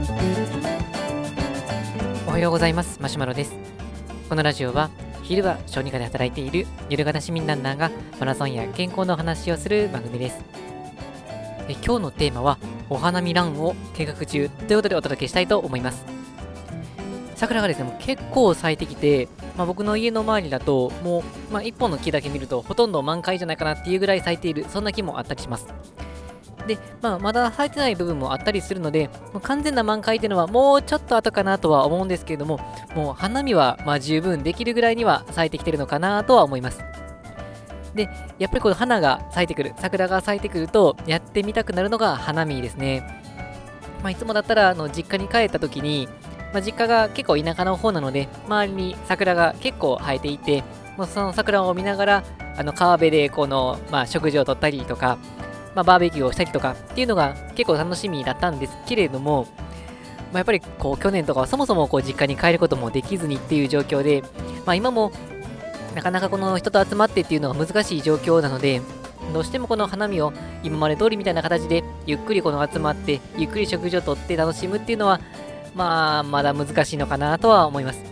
おはようございます。マシュマロです。このラジオは昼は小児科で働いているゆる型市民ランナーがマラソンや健康の話をする番組です。今日のテーマはお花見ランを計画中ということでお届けしたいと思います。桜がですね、もう結構咲いてきて、僕の家の周りだともう、一本の木だけ見るとほとんど満開じゃないかなっていうぐらい咲いている、そんな木もあったりします。で、まだ咲いてない部分もあったりするので、もう完全な満開っていうのはもうちょっと後かなとは思うんですけれども、もう花見は十分できるぐらいには咲いてきてるのかなとは思います。で、やっぱりこの花が咲いてくる、桜が咲いてくるとやってみたくなるのが花見ですね。いつもだったら実家に帰った時に、実家が結構田舎の方なので、周りに桜が結構生えていて、もうその桜を見ながら、川辺で食事をとったりとか、バーベキューをしたりとかっていうのが結構楽しみだったんですけれども、やっぱり去年とかはそもそも実家に帰ることもできずにっていう状況で、今もなかなかこの人と集まってっていうのは難しい状況なので、どうしてもこの花見を今まで通りみたいな形でゆっくり集まってゆっくり食事をとって楽しむっていうのはまだ難しいのかなとは思います。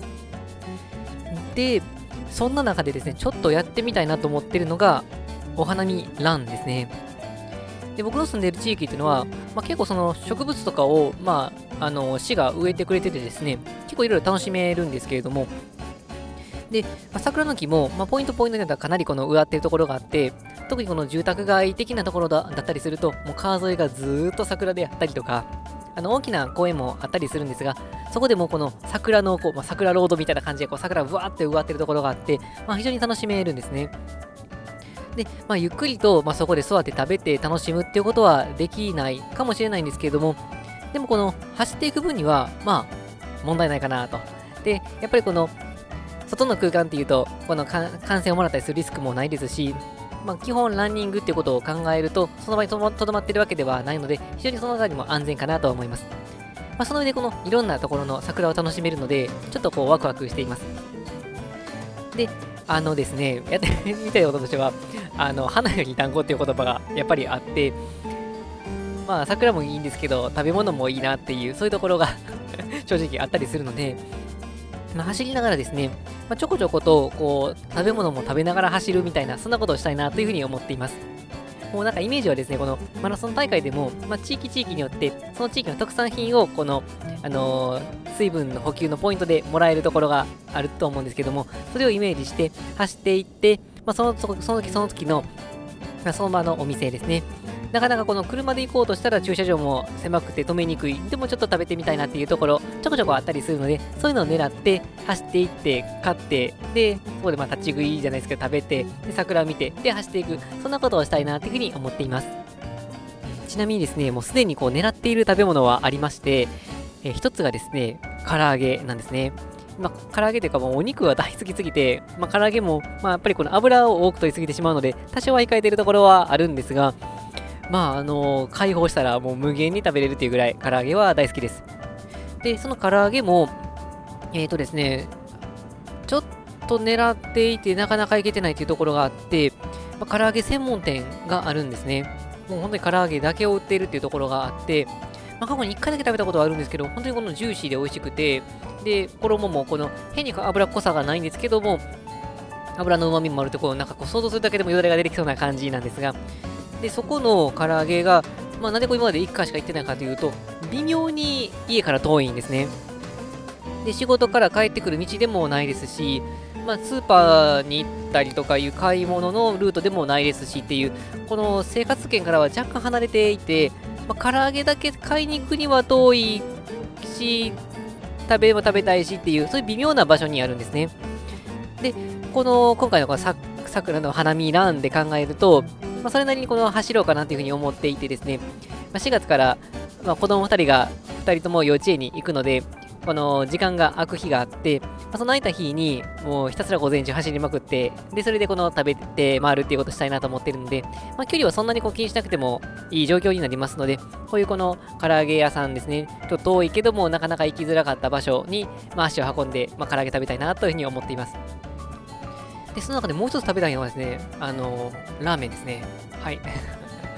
で、そんな中でですね、ちょっとやってみたいなと思ってるのがお花見ランですね。で、僕の住んでいる地域っていうのは、結構その植物とかを、市が植えてくれててですね、結構いろいろ楽しめるんですけれども、で、桜の木も、ポイントでだったらかなり植わっているところがあって、特にこの住宅街的なところだったりすると、もう川沿いがずーっと桜であったりとか、大きな公園もあったりするんですが、そこでもこの桜の桜ロードみたいな感じで桜がぶわーって植わってるところがあって、非常に楽しめるんですね。で、ゆっくりと、そこで座って食べて楽しむっていうことはできないかもしれないんですけれども、でもこの走っていく分には、問題ないかなと。で、やっぱりこの外の空間っていうと、この感染をもらったりするリスクもないですし、基本ランニングっていうことを考えると、その場にとどまってるわけではないので、非常にその中にも安全かなと思います。その上でこのいろんなところの桜を楽しめるので、ちょっとワクワクしています。で、ですね、やってみたいこととしては、花より団子っていう言葉がやっぱりあって、桜もいいんですけど、食べ物もいいなっていう、そういうところが正直あったりするので、走りながらですね、ちょこちょこと食べ物も食べながら走るみたいな、そんなことをしたいなというふうに思っています。もうなんかイメージはですね、このマラソン大会でも、地域によって、その地域の特産品を水分の補給のポイントでもらえるところがあると思うんですけども、それをイメージして走っていって、その時の、その場のお店ですね。なかなかこの車で行こうとしたら駐車場も狭くて止めにくい。でもちょっと食べてみたいなっていうところ、ちょこちょこあったりするので、そういうのを狙って走っていって、買って、で、そこで立ち食いじゃないですけど食べて、で、桜を見て、で、走っていく。そんなことをしたいなっていうふうに思っています。ちなみにですね、もうすでに狙っている食べ物はありまして、一つがですね、唐揚げなんですね。唐揚げというかもうお肉は大好きすぎて、唐揚げも、やっぱりこの油を多く取りすぎてしまうので、多少は控えているところはあるんですが、解放したらもう無限に食べれるっていうぐらい唐揚げは大好きです。で、その唐揚げも、ですね、ちょっと狙っていてなかなかいけてないっていうところがあって、唐揚げ専門店があるんですね。もう本当に唐揚げだけを売っているっていうところがあって、過去に1回だけ食べたことはあるんですけど、本当にこのジューシーで美味しくて、で、衣もこの変に油っこさがないんですけども、油の旨味もあると想像するだけでもよだれが出てきそうな感じなんですが、で、そこの唐揚げが、なんで今まで1回しか行ってないかというと、微妙に家から遠いんですね。で、仕事から帰ってくる道でもないですし、スーパーに行ったりとかいう買い物のルートでもないですしっていう、この生活圏からは若干離れていて、唐揚げだけ買いに行くには遠いし、食べたいしっていう、そういう微妙な場所にあるんですね。で、今回の桜の花見ランで考えると、それなりに走ろうかなというふうに思っていてですね、4月から、子供2人とも幼稚園に行くので、この時間が空く日があって、その空いた日にもうひたすら午前中走りまくって、で、それで食べて回るっていうことをしたいなと思ってるので、距離はそんなに気にしなくてもいい状況になりますので、こういう唐揚げ屋さんですね、ちょっと遠いけどもなかなか行きづらかった場所に、足を運んで、唐揚げ食べたいなというふうに思っています。で、その中でもう一つ食べたいのはですね、ラーメンですね。はい。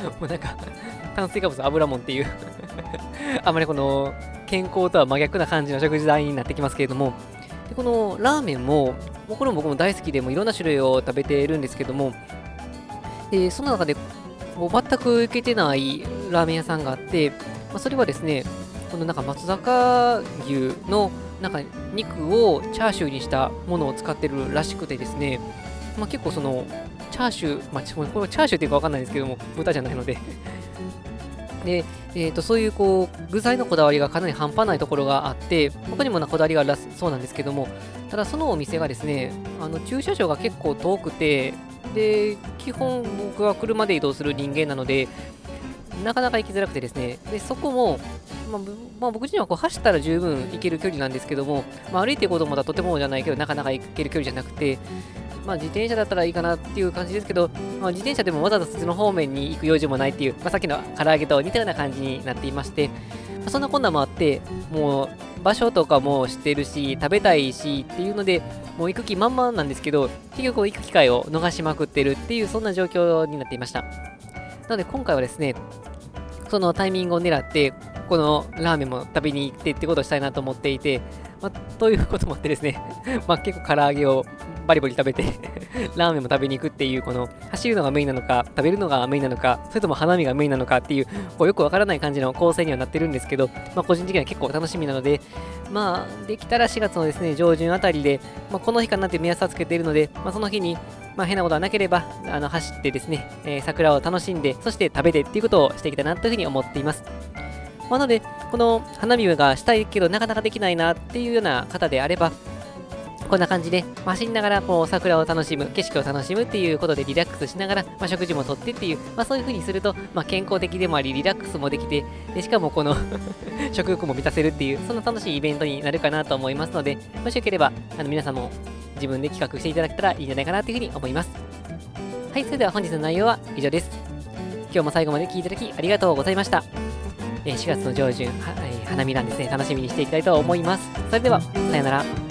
もうなんか、炭水化物、油もんっていうあまりこの、健康とは真逆な感じの食事代になってきますけれども、でこのラーメンも、もうこれも僕も大好きで、もういろんな種類を食べてるんですけども、その中で、もう全くいけてないラーメン屋さんがあって、それはですね、このなんか松坂牛のなんか肉をチャーシューにしたものを使ってるらしくてですね、結構そのチャーシュー、これチャーシューっていうかわかんないですけども、豚じゃないのでで、そういうこう具材のこだわりがかなり半端ないところがあって、他にもこだわりがあるそうなんですけども、ただそのお店がですね、駐車場が結構遠くて、で、基本僕は車で移動する人間なので、なかなか行きづらくてですね、で、そこも、僕自身はこう走ったら十分行ける距離なんですけども、歩いていこうと思ったらとてもじゃないけど、なかなか行ける距離じゃなくて、自転車だったらいいかなっていう感じですけど、自転車でもわざわざそっちの方面に行く用事もないっていう、さっきの唐揚げと似たような感じになっていまして、そんなこんなもあって、もう場所とかも知ってるし、食べたいしっていうので、もう行く気満々なんですけど、結局行く機会を逃しまくってるっていう、そんな状況になっていました。なので今回はですね、そのタイミングを狙って、このラーメンも食べに行ってってことをしたいなと思っていて、ということもあってですね、結構唐揚げをバリバリ食べてラーメンも食べに行くっていう、この走るのがメインなのか、食べるのがメインなのか、それとも花見がメインなのかっていう、よくわからない感じの構成にはなってるんですけど、個人的には結構楽しみなので、できたら4月のですね、上旬あたりで、この日かなって目安はつけているので、その日に、変なことはなければ、走ってですね、桜を楽しんで、そして食べてっていうことをしていきたいなというふうに思っています。なので、この花見がしたいけどなかなかできないなっていうような方であれば、こんな感じで走りながらこう桜を楽しむ、景色を楽しむっていうことでリラックスしながら、食事もとってっていう、そういう風にすると、健康的でもあり、リラックスもできて、でしかもこの食欲も満たせるっていう、そんな楽しいイベントになるかなと思いますので、もしよければ皆さんも自分で企画していただけたらいいんじゃないかなというふうに思います。はい、それでは本日の内容は以上です。今日も最後まで聞いていただきありがとうございました。4月の上旬、花見なんですね、楽しみにしていきたいと思います。それでは、さよなら。